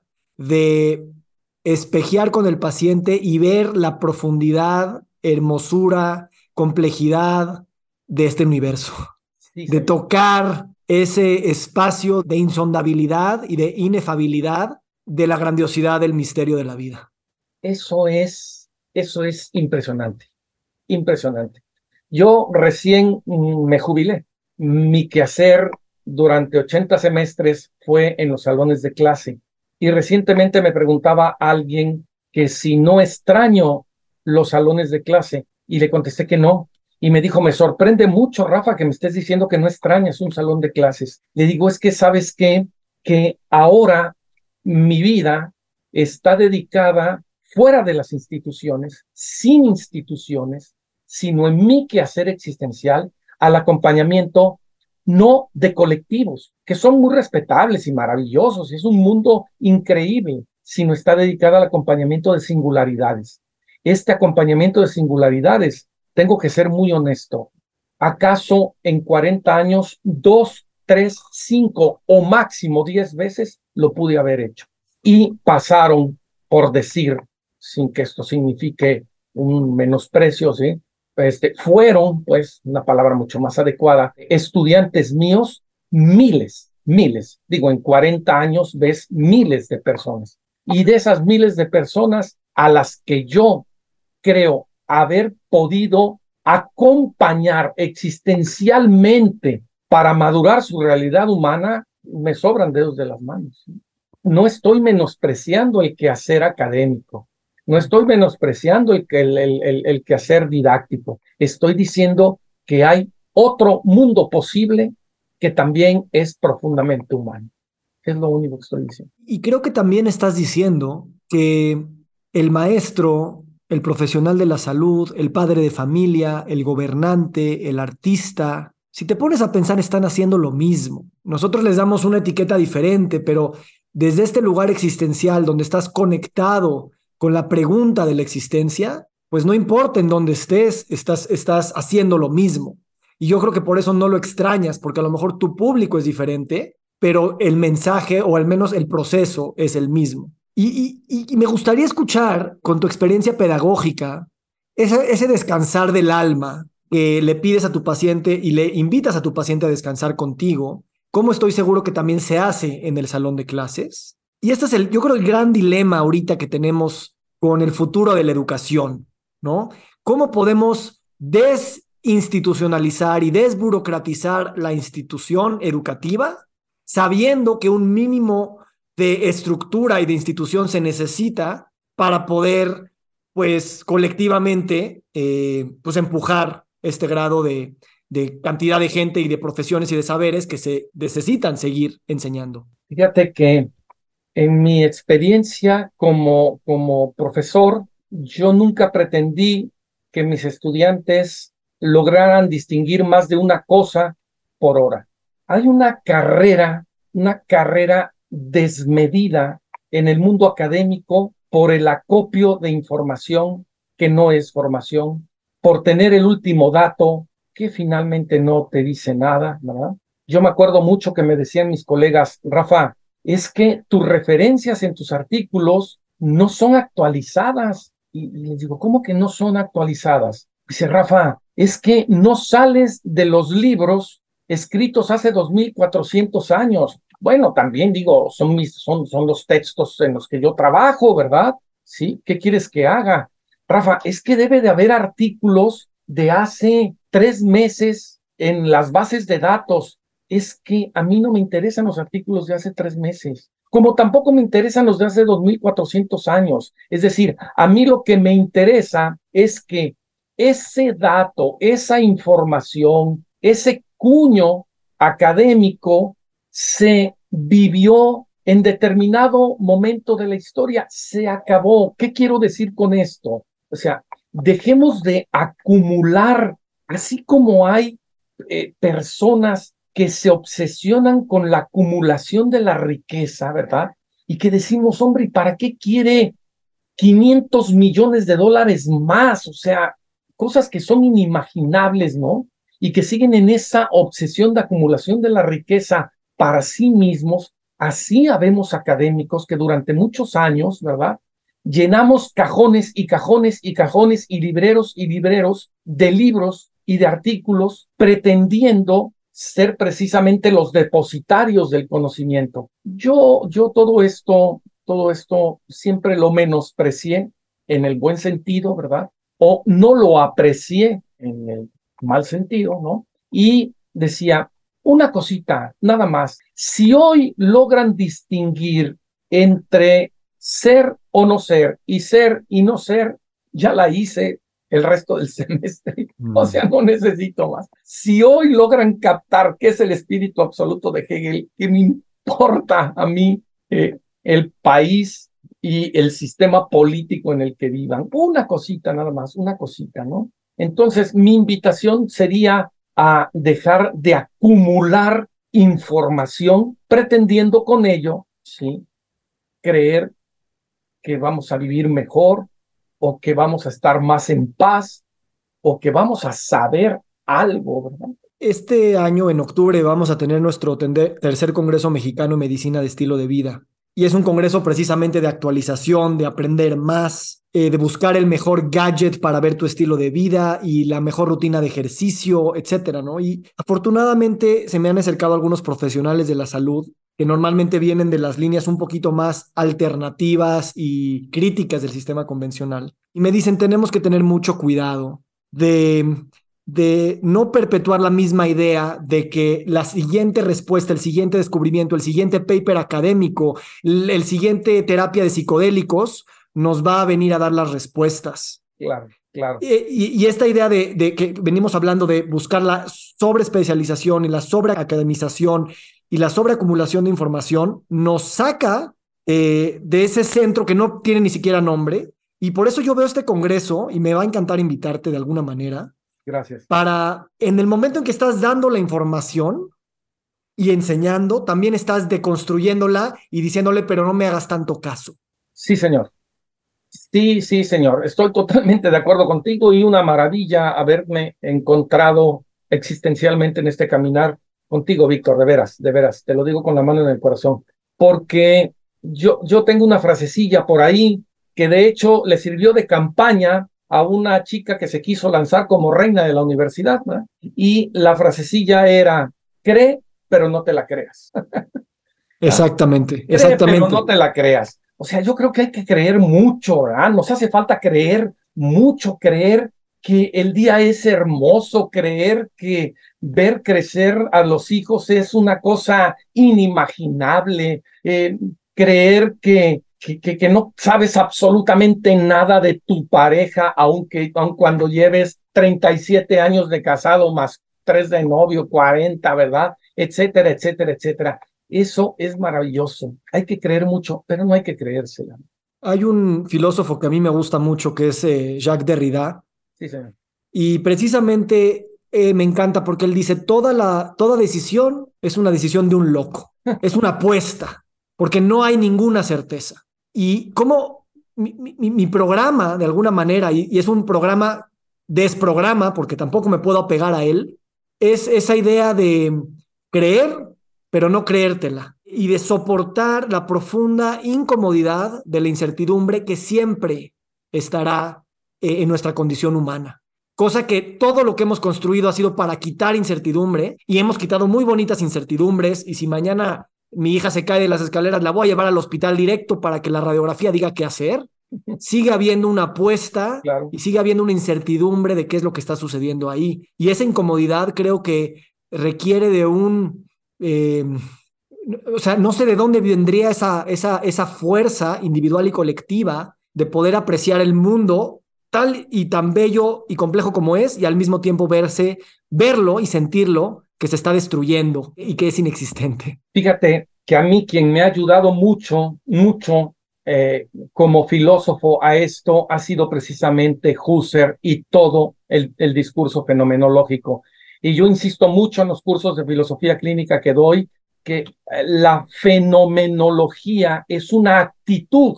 de espejear con el paciente y ver la profundidad, hermosura, complejidad de este universo. Sí, de tocar ese espacio de insondabilidad y de inefabilidad de la grandiosidad del misterio de la vida. Eso es, eso es impresionante, impresionante. Yo recién me jubilé. Mi quehacer durante ochenta semestres fue en los salones de clase. Y recientemente me preguntaba a alguien que si no extraño los salones de clase. Y le contesté que no. Y me dijo, me sorprende mucho, Rafa, que me estés diciendo que no extrañas un salón de clases. Le digo, es que ¿sabes qué? Que ahora mi vida está dedicada fuera de las instituciones, sin instituciones, sino en mi quehacer existencial, al acompañamiento no de colectivos, que son muy respetables y maravillosos, es un mundo increíble, sino está dedicada al acompañamiento de singularidades. Este acompañamiento de singularidades, tengo que ser muy honesto, ¿acaso en cuarenta años, dos, tres, cinco o máximo diez veces lo pude haber hecho? Y pasaron, por decir, sin que esto signifique un menosprecio, ¿sí? Este, fueron, pues, una palabra mucho más adecuada, estudiantes míos, miles, miles, digo, en cuarenta años ves miles de personas. Y de esas miles de personas a las que yo creo haber podido acompañar existencialmente para madurar su realidad humana, me sobran dedos de las manos, ¿sí? No estoy menospreciando el quehacer académico. No estoy menospreciando el, el, el, el quehacer didáctico. Estoy diciendo que hay otro mundo posible que también es profundamente humano. Es lo único que estoy diciendo. Y creo que también estás diciendo que el maestro, el profesional de la salud, el padre de familia, el gobernante, el artista, si te pones a pensar, están haciendo lo mismo. Nosotros les damos una etiqueta diferente, pero desde este lugar existencial donde estás conectado con la pregunta de la existencia, pues no importa en dónde estés, estás, estás haciendo lo mismo. Y yo creo que por eso no lo extrañas, porque a lo mejor tu público es diferente, pero el mensaje o al menos el proceso es el mismo. Y, y, y me gustaría escuchar con tu experiencia pedagógica ese, ese descansar del alma que le pides a tu paciente y le invitas a tu paciente a descansar contigo, como estoy seguro que también se hace en el salón de clases. Y este es el, yo creo, el gran dilema ahorita que tenemos con el futuro de la educación, ¿no? ¿Cómo podemos desinstitucionalizar y desburocratizar la institución educativa, sabiendo que un mínimo de estructura y de institución se necesita para poder, pues, colectivamente, eh, pues, empujar este grado de, de cantidad de gente y de profesiones y de saberes que se necesitan seguir enseñando? Fíjate que en mi experiencia como, como profesor, yo nunca pretendí que mis estudiantes lograran distinguir más de una cosa por hora. Hay una carrera, una carrera desmedida en el mundo académico por el acopio de información que no es formación, por tener el último dato que finalmente no te dice nada, ¿verdad? Yo me acuerdo mucho que me decían mis colegas, Rafa, es que tus referencias en tus artículos no son actualizadas. Y, y les digo, ¿cómo que no son actualizadas? Dice Rafa, es que no sales de los libros escritos hace dos mil cuatrocientos años. Bueno, también digo, son, mis, son, son los textos en los que yo trabajo, ¿verdad? ¿Sí? ¿Qué quieres que haga? Rafa, es que debe de haber artículos de hace tres meses en las bases de datos. Es que a mí no me interesan los artículos de hace tres meses, como tampoco me interesan los de hace dos mil cuatrocientos años. Es decir, a mí lo que me interesa es que ese dato, esa información, ese cuño académico se vivió en determinado momento de la historia, se acabó. ¿Qué quiero decir con esto? O sea, dejemos de acumular, así como hay eh, personas que se obsesionan con la acumulación de la riqueza, ¿verdad? Y que decimos, hombre, ¿y para qué quiere quinientos millones de dólares más, o sea, cosas que son inimaginables, ¿no? Y que siguen en esa obsesión de acumulación de la riqueza para sí mismos. Así habemos académicos que durante muchos años, ¿verdad?, llenamos cajones y cajones y cajones y libreros y libreros de libros y de artículos pretendiendo ser precisamente los depositarios del conocimiento. Yo, yo todo esto, todo esto siempre lo menosprecié en el buen sentido, ¿verdad? O no lo aprecié en el mal sentido, ¿no? Y decía, una cosita, nada más. Si hoy logran distinguir entre ser o no ser y ser y no ser, ya la hice el resto del semestre. Mm. O sea, no necesito más. Si hoy logran captar qué es el espíritu absoluto de Hegel, ¿qué me importa a mí eh, el país y el sistema político en el que vivan? Una cosita nada más, una cosita, ¿no? Entonces, mi invitación sería a dejar de acumular información pretendiendo con ello, ¿sí?, creer que vamos a vivir mejor o que vamos a estar más en paz o que vamos a saber algo, ¿verdad? Este año, en octubre, vamos a tener nuestro tercer Congreso Mexicano en Medicina de Estilo de Vida. Y es un congreso precisamente de actualización, de aprender más, eh, de buscar el mejor gadget para ver tu estilo de vida y la mejor rutina de ejercicio, etcétera, ¿no? Y afortunadamente se me han acercado algunos profesionales de la salud que normalmente vienen de las líneas un poquito más alternativas y críticas del sistema convencional. Y me dicen, tenemos que tener mucho cuidado de... de no perpetuar la misma idea de que la siguiente respuesta, el siguiente descubrimiento, el siguiente paper académico, el, el siguiente terapia de psicodélicos nos va a venir a dar las respuestas. Claro, claro. Y, y, y esta idea de, de que venimos hablando de buscar la sobreespecialización y la sobreacademización y la sobreacumulación de información nos saca eh, de ese centro que no tiene ni siquiera nombre. Y por eso yo veo este congreso y me va a encantar invitarte de alguna manera. Gracias. Para, en el momento en que estás dando la información y enseñando, también estás deconstruyéndola y diciéndole, pero no me hagas tanto caso. Sí, señor. Sí, sí, señor. Estoy totalmente de acuerdo contigo y una maravilla haberme encontrado existencialmente en este caminar contigo, Víctor, de veras, de veras. Te lo digo con la mano en el corazón. Porque yo, yo tengo una frasecilla por ahí que de hecho le sirvió de campaña a una chica que se quiso lanzar como reina de la universidad, ¿no? Y la frasecilla era, cree, pero no te la creas. Exactamente, cree, exactamente. Pero no te la creas. O sea, yo creo que hay que creer mucho, ¿verdad? Nos hace falta creer mucho, creer que el día es hermoso, creer que ver crecer a los hijos es una cosa inimaginable, eh, creer que Que, que, que no sabes absolutamente nada de tu pareja, aunque aun cuando lleves treinta y siete años de casado más tres de novio, cuarenta, ¿verdad? Etcétera, etcétera, etcétera. Eso es maravilloso. Hay que creer mucho, pero no hay que creérsela. Hay un filósofo que a mí me gusta mucho que es eh, Jacques Derrida. Sí, señor. Y precisamente eh, me encanta porque él dice, toda, la, toda decisión es una decisión de un loco. Es una apuesta, porque no hay ninguna certeza. Y como mi, mi, mi programa, de alguna manera, y, y es un programa desprograma, porque tampoco me puedo apegar a él, es esa idea de creer, pero no creértela, y de soportar la profunda incomodidad de la incertidumbre que siempre estará eh, en nuestra condición humana. Cosa que todo lo que hemos construido ha sido para quitar incertidumbre, y hemos quitado muy bonitas incertidumbres, y si mañana mi hija se cae de las escaleras, la voy a llevar al hospital directo para que la radiografía diga qué hacer. Sigue habiendo una apuesta, claro, y sigue habiendo una incertidumbre de qué es lo que está sucediendo ahí. Y esa incomodidad creo que requiere de un... Eh, o sea, no sé de dónde vendría esa, esa, esa fuerza individual y colectiva de poder apreciar el mundo tal y tan bello y complejo como es, y al mismo tiempo verse, verlo y sentirlo que se está destruyendo y que es inexistente. Fíjate que a mí quien me ha ayudado mucho, mucho eh, como filósofo a esto ha sido precisamente Husserl y todo el, el discurso fenomenológico. Y yo insisto mucho en los cursos de filosofía clínica que doy, que la fenomenología es una actitud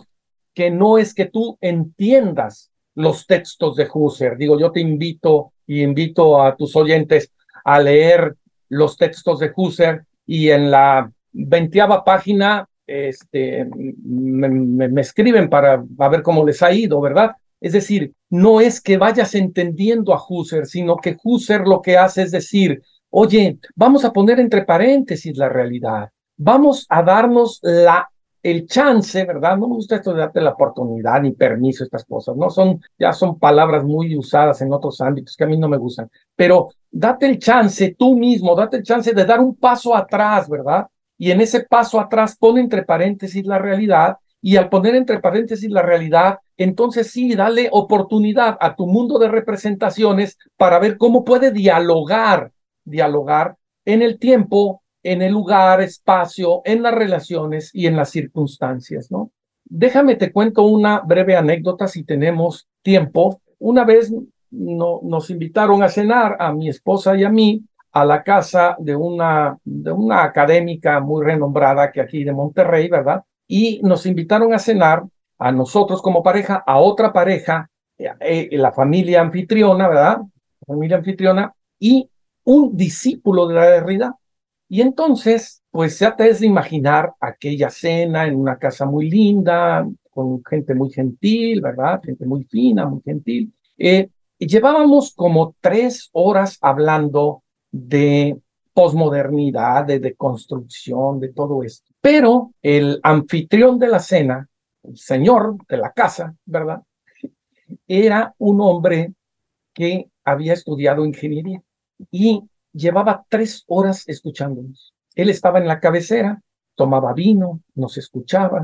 que no es que tú entiendas los textos de Husserl. Digo, yo te invito y invito a tus oyentes a leer los textos de Husserl y en la veinteava página este, me, me, me escriben para a ver cómo les ha ido, ¿verdad? Es decir, no es que vayas entendiendo a Husserl, sino que Husserl lo que hace es decir, oye, vamos a poner entre paréntesis la realidad, vamos a darnos la el chance, ¿verdad? No me gusta esto de darte la oportunidad ni permiso, estas cosas, ¿no? Son, ya son palabras muy usadas en otros ámbitos que a mí no me gustan, pero date el chance tú mismo, date el chance de dar un paso atrás, ¿verdad? Y en ese paso atrás pon entre paréntesis la realidad y al poner entre paréntesis la realidad, entonces sí, dale oportunidad a tu mundo de representaciones para ver cómo puede dialogar, dialogar en el tiempo, en el lugar, espacio, en las relaciones y en las circunstancias, ¿no? Déjame te cuento una breve anécdota si tenemos tiempo. Una vez no, nos invitaron a cenar a mi esposa y a mí a la casa de una, de una académica muy renombrada que aquí de Monterrey, ¿verdad? Y nos invitaron a cenar a nosotros como pareja, a otra pareja, eh, la familia anfitriona, ¿verdad? La familia anfitriona y un discípulo de la Derrida. Y entonces, pues ya te has de imaginar aquella cena en una casa muy linda, con gente muy gentil, ¿verdad? Gente muy fina, muy gentil. Eh, y llevábamos como tres horas hablando de posmodernidad, de deconstrucción, de todo esto. Pero el anfitrión de la cena, el señor de la casa, ¿verdad? Era un hombre que había estudiado ingeniería y llevaba tres horas escuchándonos. Él estaba en la cabecera, tomaba vino, nos escuchaba,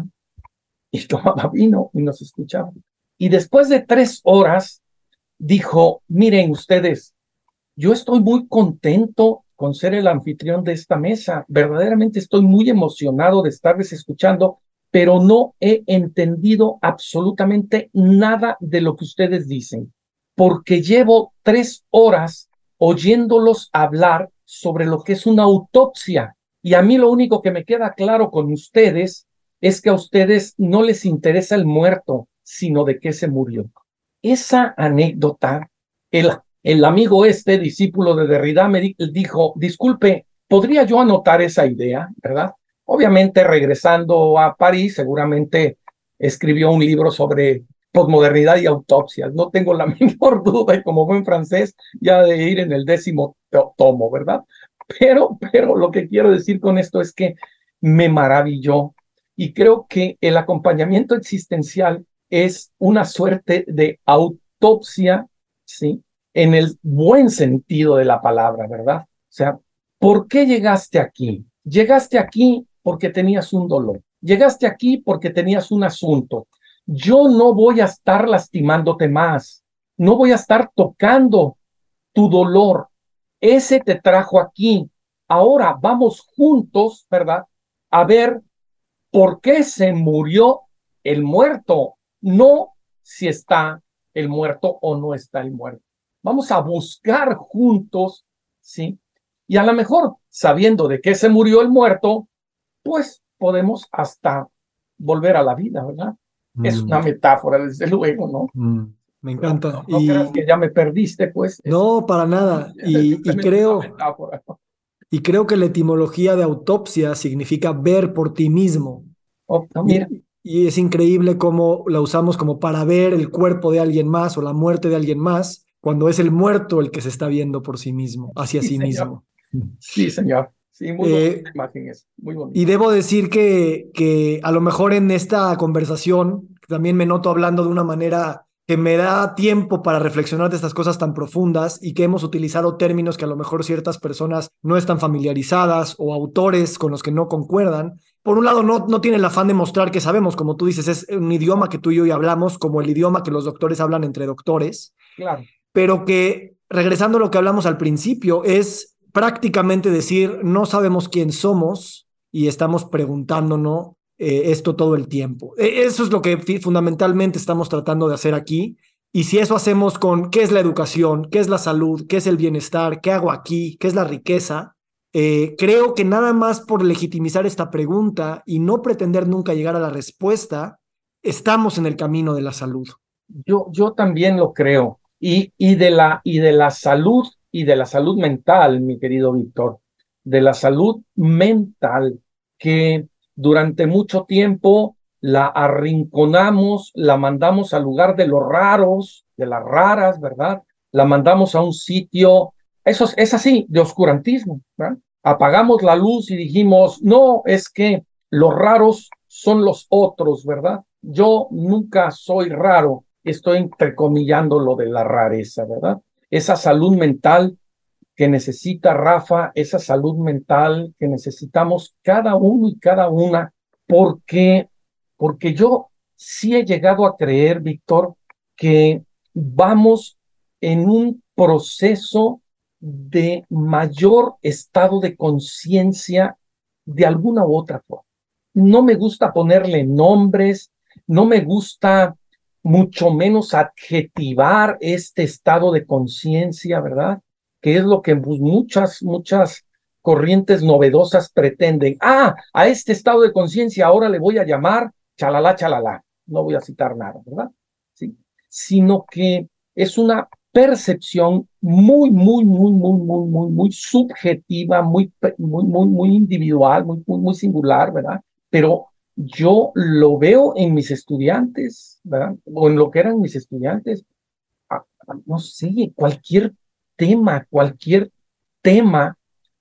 y tomaba vino y nos escuchaba. Y después de tres horas, dijo, miren ustedes, yo estoy muy contento con ser el anfitrión de esta mesa. Verdaderamente estoy muy emocionado de estarles escuchando, pero no he entendido absolutamente nada de lo que ustedes dicen, porque llevo tres horas oyéndolos hablar sobre lo que es una autopsia. Y a mí lo único que me queda claro con ustedes es que a ustedes no les interesa el muerto, sino de qué se murió. Esa anécdota, el, el amigo este, discípulo de Derrida, me dijo, disculpe, ¿podría yo anotar esa idea, verdad? Obviamente, regresando a París, seguramente escribió un libro sobre posmodernidad y autopsias. No tengo la menor duda, y como buen francés, ya de ir en el décimo tomo, ¿verdad? Pero, pero lo que quiero decir con esto es que me maravilló y creo que el acompañamiento existencial es una suerte de autopsia, ¿sí? En el buen sentido de la palabra, ¿verdad? O sea, ¿por qué llegaste aquí? Llegaste aquí porque tenías un dolor. Llegaste aquí porque tenías un asunto. Yo no voy a estar lastimándote más. No voy a estar tocando tu dolor. Ese te trajo aquí. Ahora vamos juntos, ¿verdad? A ver por qué se murió el muerto. No si está el muerto o no está el muerto. Vamos a buscar juntos, ¿sí? Y a lo mejor, sabiendo de qué se murió el muerto, pues podemos hasta volver a la vida, ¿verdad? Mm. Es una metáfora, desde luego, ¿no? Mm. Me encanta. No, no y... creas que ya me perdiste, pues. No, para nada. Y, y creo... Metáfora, ¿no? Y creo que la etimología de autopsia significa ver por ti mismo. Oh, no, mira. Y, y es increíble cómo la usamos como para ver el cuerpo de alguien más o la muerte de alguien más, cuando es el muerto el que se está viendo por sí mismo, hacia sí, sí mismo. Sí, señor. Sí, muy eh, bonita imagen es, muy bonita. Y debo decir que, que a lo mejor en esta conversación también me noto hablando de una manera que me da tiempo para reflexionar de estas cosas tan profundas y que hemos utilizado términos que a lo mejor ciertas personas no están familiarizadas o autores con los que no concuerdan. Por un lado, no, no tiene el afán de mostrar que sabemos, como tú dices, es un idioma que tú y yo ya hablamos, como el idioma que los doctores hablan entre doctores. Claro. Pero que, regresando a lo que hablamos al principio, es prácticamente decir, no sabemos quién somos y estamos preguntándonos Eh, esto todo el tiempo. Eh, eso es lo que fundamentalmente estamos tratando de hacer aquí. Y si eso hacemos con qué es la educación, qué es la salud, qué es el bienestar, qué hago aquí, qué es la riqueza, eh, creo que nada más por legitimizar esta pregunta y no pretender nunca llegar a la respuesta, estamos en el camino de la salud. Yo, yo también lo creo. Y, y, de la, y de la salud, y de la salud mental, mi querido Víctor, de la salud mental, que durante mucho tiempo la arrinconamos, la mandamos al lugar de los raros, de las raras, ¿verdad? La mandamos a un sitio, eso es, es así, de oscurantismo, ¿verdad? Apagamos la luz y dijimos, no, es que los raros son los otros, ¿verdad? Yo nunca soy raro, estoy entrecomillando lo de la rareza, ¿verdad? Esa salud mental que necesita Rafa, esa salud mental que necesitamos cada uno y cada una, porque, porque yo sí he llegado a creer, Víctor, que vamos en un proceso de mayor estado de conciencia de alguna u otra forma. No me gusta ponerle nombres, no me gusta mucho menos adjetivar este estado de conciencia, ¿verdad? Que es lo que pues, muchas, muchas corrientes novedosas pretenden. Ah, a este estado de conciencia ahora le voy a llamar chalala, chalala. No voy a citar nada, ¿verdad? Sí. Sino que es una percepción muy, muy, muy, muy, muy, muy, muy subjetiva, muy, muy, muy, muy individual, muy, muy, muy singular, ¿verdad? Pero yo lo veo en mis estudiantes, ¿verdad? O en lo que eran mis estudiantes. Ah, no sé, cualquier tema, cualquier tema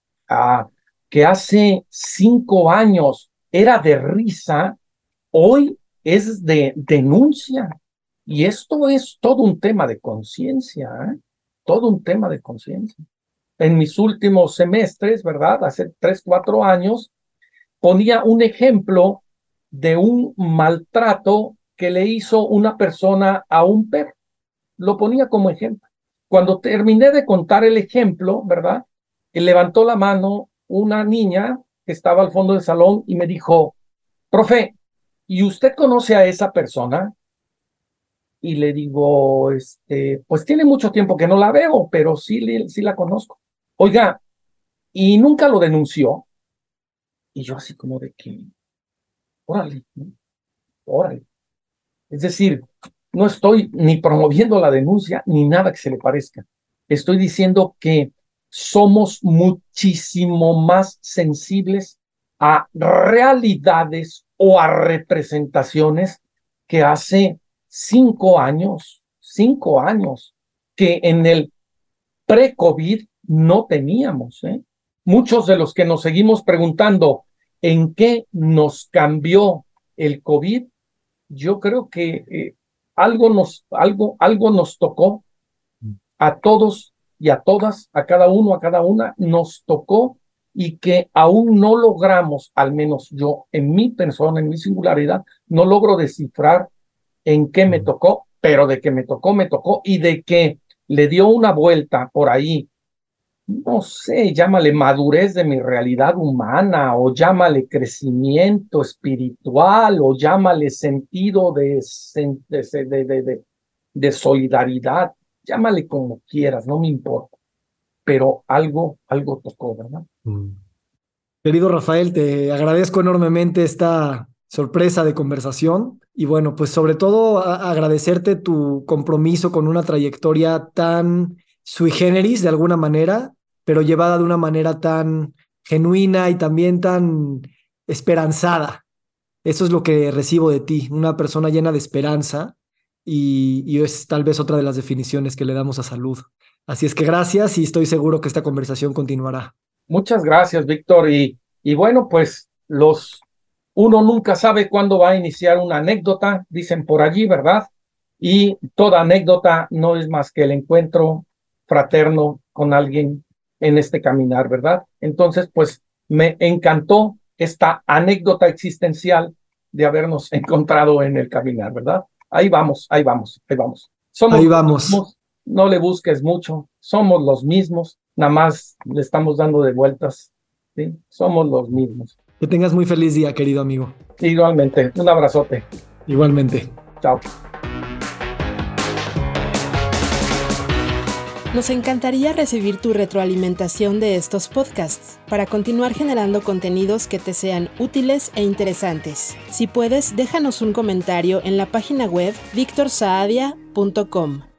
ah, que hace cinco años era de risa, hoy es de denuncia. Y esto es todo un tema de conciencia, ¿eh? Todo un tema de conciencia. En mis últimos semestres, ¿verdad? Hace tres, cuatro años, ponía un ejemplo de un maltrato que le hizo una persona a un perro. Lo ponía como ejemplo. Cuando terminé de contar el ejemplo, ¿verdad? Levantó la mano una niña que estaba al fondo del salón y me dijo, profe, ¿y usted conoce a esa persona? Y le digo, este, pues tiene mucho tiempo que no la veo, pero sí, sí la conozco. Oiga, ¿y nunca lo denunció? Y yo así como de que, órale, ¿no? Órale. Es decir, no estoy ni promoviendo la denuncia ni nada que se le parezca. Estoy diciendo que somos muchísimo más sensibles a realidades o a representaciones que hace cinco años, cinco años, que en el pre-COVID no teníamos, ¿eh? Muchos de los que nos seguimos preguntando en qué nos cambió el COVID, yo creo que eh, algo, nos, algo, algo nos tocó a todos y a todas, a cada uno, a cada una, nos tocó y que aún no logramos, al menos yo, en mi persona, en mi singularidad, no logro descifrar en qué me tocó, pero de que me tocó, me tocó, y de que le dio una vuelta por ahí, no sé, llámale madurez de mi realidad humana, o llámale crecimiento espiritual, o llámale sentido de, de, de, de, de, de solidaridad, llámale como quieras, no me importa, pero algo, algo tocó, ¿verdad? Mm. Querido Rafael, te agradezco enormemente esta sorpresa de conversación y bueno, pues sobre todo a- agradecerte tu compromiso con una trayectoria tan sui generis de alguna manera, pero llevada de una manera tan genuina y también tan esperanzada. Eso es lo que recibo de ti, una persona llena de esperanza y, y es tal vez otra de las definiciones que le damos a salud. Así es que gracias y estoy seguro que esta conversación continuará. Muchas gracias, Víctor. Y, y bueno, pues los, uno nunca sabe cuándo va a iniciar una anécdota, dicen por allí, ¿verdad? Y toda anécdota no es más que el encuentro fraterno con alguien en este caminar, ¿verdad? Entonces, pues me encantó esta anécdota existencial de habernos encontrado en el caminar, ¿verdad? Ahí vamos, ahí vamos, ahí vamos. Somos Ahí los vamos. mismos, no le busques mucho, somos los mismos, nada más le estamos dando de vueltas, ¿sí? Somos los mismos. Que tengas muy feliz día, querido amigo. Igualmente, un abrazote. Igualmente. Chao. Nos encantaría recibir tu retroalimentación de estos podcasts para continuar generando contenidos que te sean útiles e interesantes. Si puedes, déjanos un comentario en la página web victor saadia punto com.